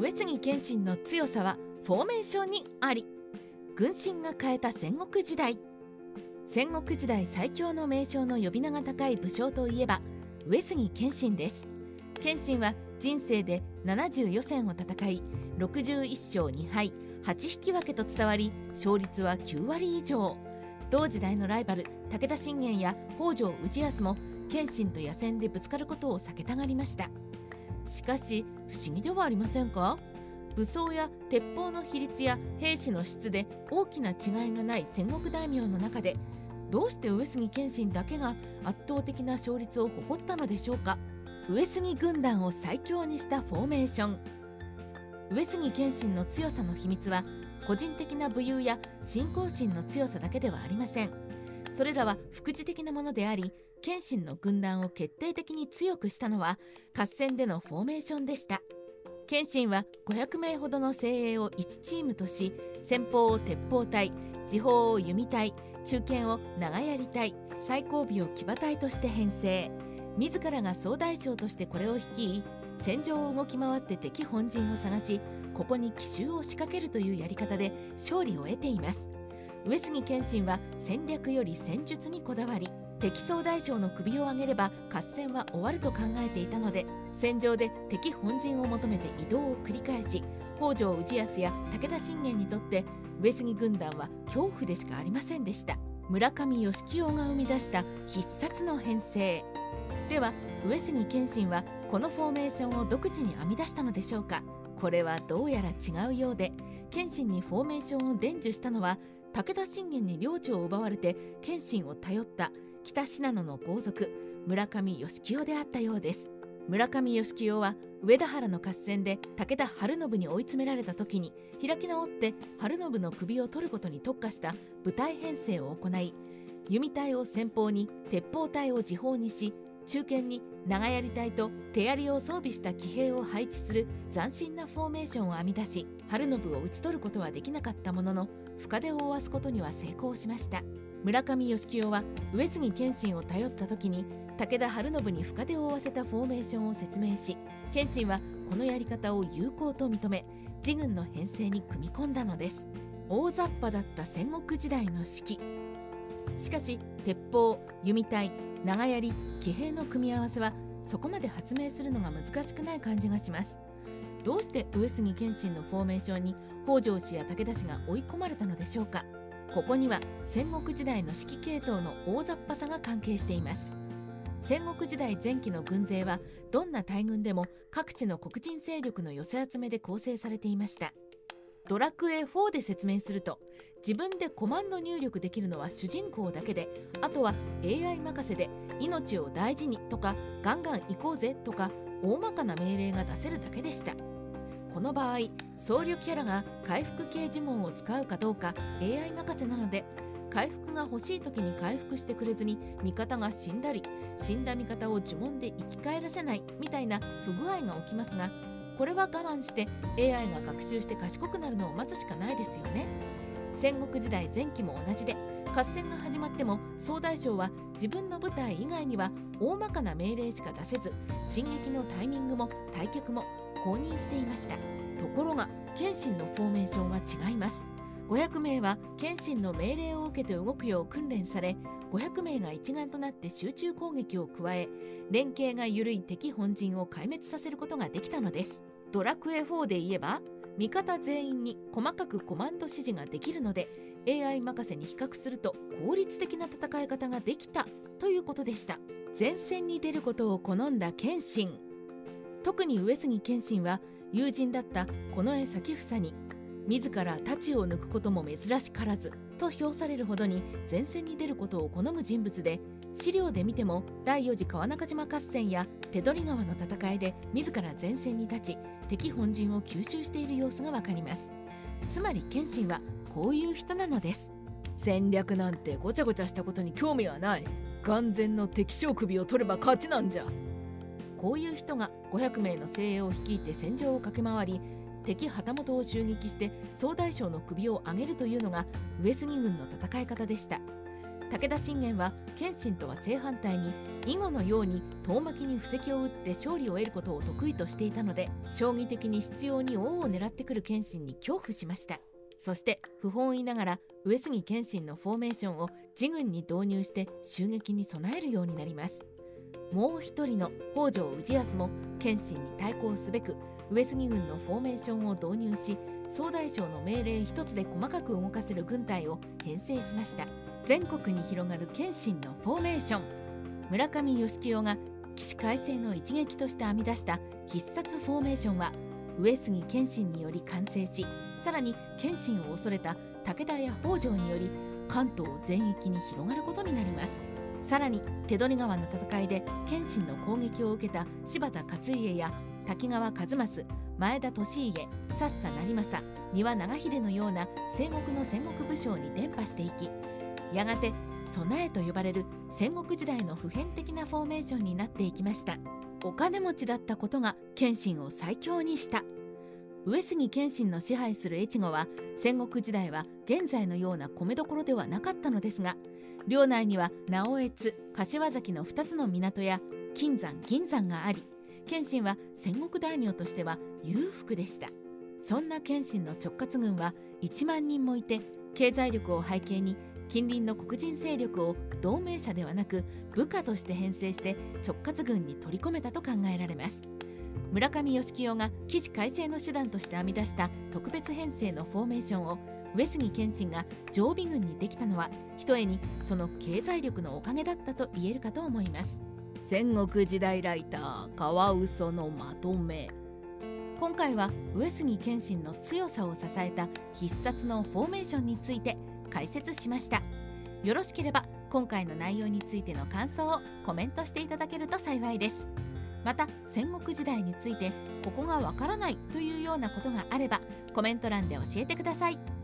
上杉謙信の強さはフォーメーションにあり。軍神が変えた戦国時代。戦国時代最強の名将の呼び名が高い武将といえば上杉謙信です。謙信は人生で74戦を戦い、61勝2敗8引き分けと伝わり、勝率は9割以上。同時代のライバル武田信玄や北条氏康も謙信と野戦でぶつかることを避けたがりました。しかし不思議ではありませんか。武装や鉄砲の比率や兵士の質で大きな違いがない戦国大名の中で、どうして上杉謙信だけが圧倒的な勝率を誇ったのでしょうか。上杉軍団を最強にしたフォーメーション。上杉謙信の強さの秘密は個人的な武勇や信仰心の強さだけではありません。それらは副次的なものであり、謙信の軍団を決定的に強くしたのは合戦でのフォーメーションでした。謙信は500名ほどの精鋭を1チームとし、先鋒を鉄砲隊、次鋒を弓隊、中堅を長槍隊、最後尾を騎馬隊として編成。自らが総大将としてこれを率い、戦場を動き回って敵本陣を探し、ここに奇襲を仕掛けるというやり方で勝利を得ています。上杉謙信は戦略より戦術にこだわり、敵総大将の首を上げれば合戦は終わると考えていたので、戦場で敵本陣を求めて移動を繰り返し、北条氏康や武田信玄にとって上杉軍団は恐怖でしかありませんでした。村上義清が生み出した必殺の編成では、上杉謙信はこのフォーメーションを独自に編み出したのでしょうか。これはどうやら違うようで、謙信にフォーメーションを伝授したのは武田信玄に領地を奪われて謙信を頼った北信濃の豪族村上義清であったようです。村上義清は上田原の合戦で武田晴信に追い詰められた時に開き直って晴信の首を取ることに特化した部隊編成を行い、弓隊を先鋒に鉄砲隊を次鋒にし、中堅に長槍隊と手槍を装備した騎兵を配置する斬新なフォーメーションを編み出し、晴信を討ち取ることはできなかったものの深手を負わすことには成功しました。村上義清は上杉謙信を頼った時に武田晴信に深手を負わせたフォーメーションを説明し、謙信はこのやり方を有効と認め、自軍の編成に組み込んだのです。大雑把だった戦国時代の指揮。しかし鉄砲、弓隊、長槍、騎兵の組み合わせはそこまで発明するのが難しくない感じがします。どうして上杉謙信のフォーメーションに北条氏や武田氏が追い込まれたのでしょうか。ここには戦国時代の指揮系統の大雑把さが関係しています。戦国時代前期の軍勢はどんな大軍でも各地の黒人勢力の寄せ集めで構成されていました。ドラクエ4で説明すると、自分でコマンド入力できるのは主人公だけで、あとは AI 任せで命を大事にとかガンガン行こうぜとか大まかな命令が出せるだけでした。この場合、僧侶キャラが回復系呪文を使うかどうか AI 任せなので、回復が欲しい時に回復してくれずに味方が死んだり、死んだ味方を呪文で生き返らせないみたいな不具合が起きますが、これは我慢して AI が学習して賢くなるのを待つしかないですよね。戦国時代前期も同じで、合戦が始まっても総大将は自分の部隊以外には大まかな命令しか出せず、進撃のタイミングも退却も公認していました。ところが謙信のフォーメーションは違います。500名は謙信の命令を受けて動くよう訓練され、500名が一丸となって集中攻撃を加え、連携が緩い敵本陣を壊滅させることができたのです。ドラクエ4で言えば、味方全員に細かくコマンド指示ができるので、 AI 任せに比較すると効率的な戦い方ができたということでした。前線に出ることを好んだ謙信。特に上杉謙信は友人だった近衛前房に自ら太刀を抜くことも珍しからずと評されるほどに前線に出ることを好む人物で、資料で見ても第4次川中島合戦や手取川の戦いで自ら前線に立ち、敵本陣を吸収している様子がわかります。つまり謙信はこういう人なのです。戦略なんてごちゃごちゃしたことに興味はない。眼前の敵将首を取れば勝ちなんじゃ。こういう人が500名の精鋭を率いて戦場を駆け回り、敵旗本を襲撃して総大将の首を上げるというのが上杉軍の戦い方でした。 武田信玄は謙信とは正反対に囲碁のように遠巻きに布石を打って勝利を得ることを得意としていたので、将棋的に執拗に王を狙ってくる謙信に恐怖しました。そして不本意ながら上杉謙信のフォーメーションを自軍に導入して襲撃に備えるようになります。もう一人の北条氏康も謙信に対抗すべく上杉軍のフォーメーションを導入し、総大将の命令一つで細かく動かせる軍隊を編成しました。全国に広がる謙信のフォーメーション。村上義清が起死回生の一撃として編み出した必殺フォーメーションは上杉謙信により完成し、さらに謙信を恐れた武田や北条により関東全域に広がることになります。さらに手取川の戦いで謙信の攻撃を受けた柴田勝家や滝川一益、前田利家、佐々成政、丹羽長秀のような西国の戦国武将に伝播していき、やがて備えと呼ばれる戦国時代の普遍的なフォーメーションになっていきました。お金持ちだったことが謙信を最強にした。上杉謙信の支配する越後は戦国時代は現在のような米どころではなかったのですが、領内には直江津、柏崎の2つの港や金山、銀山があり、謙信は戦国大名としては裕福でした。そんな謙信の直轄軍は1万人もいて、経済力を背景に近隣の黒人勢力を同盟者ではなく部下として編成して直轄軍に取り込めたと考えられます。村上義清が起死回生の手段として編み出した特別編成のフォーメーションを上杉謙信が常備軍にできたのは、ひとえにその経済力のおかげだったと言えるかと思います。戦国時代ライターカワウソのまとめ。今回は上杉謙信の強さを支えた必殺のフォーメーションについて解説しました。よろしければ今回の内容についての感想をコメントしていただけると幸いです。また戦国時代についてここがわからないというようなことがあればコメント欄で教えてください。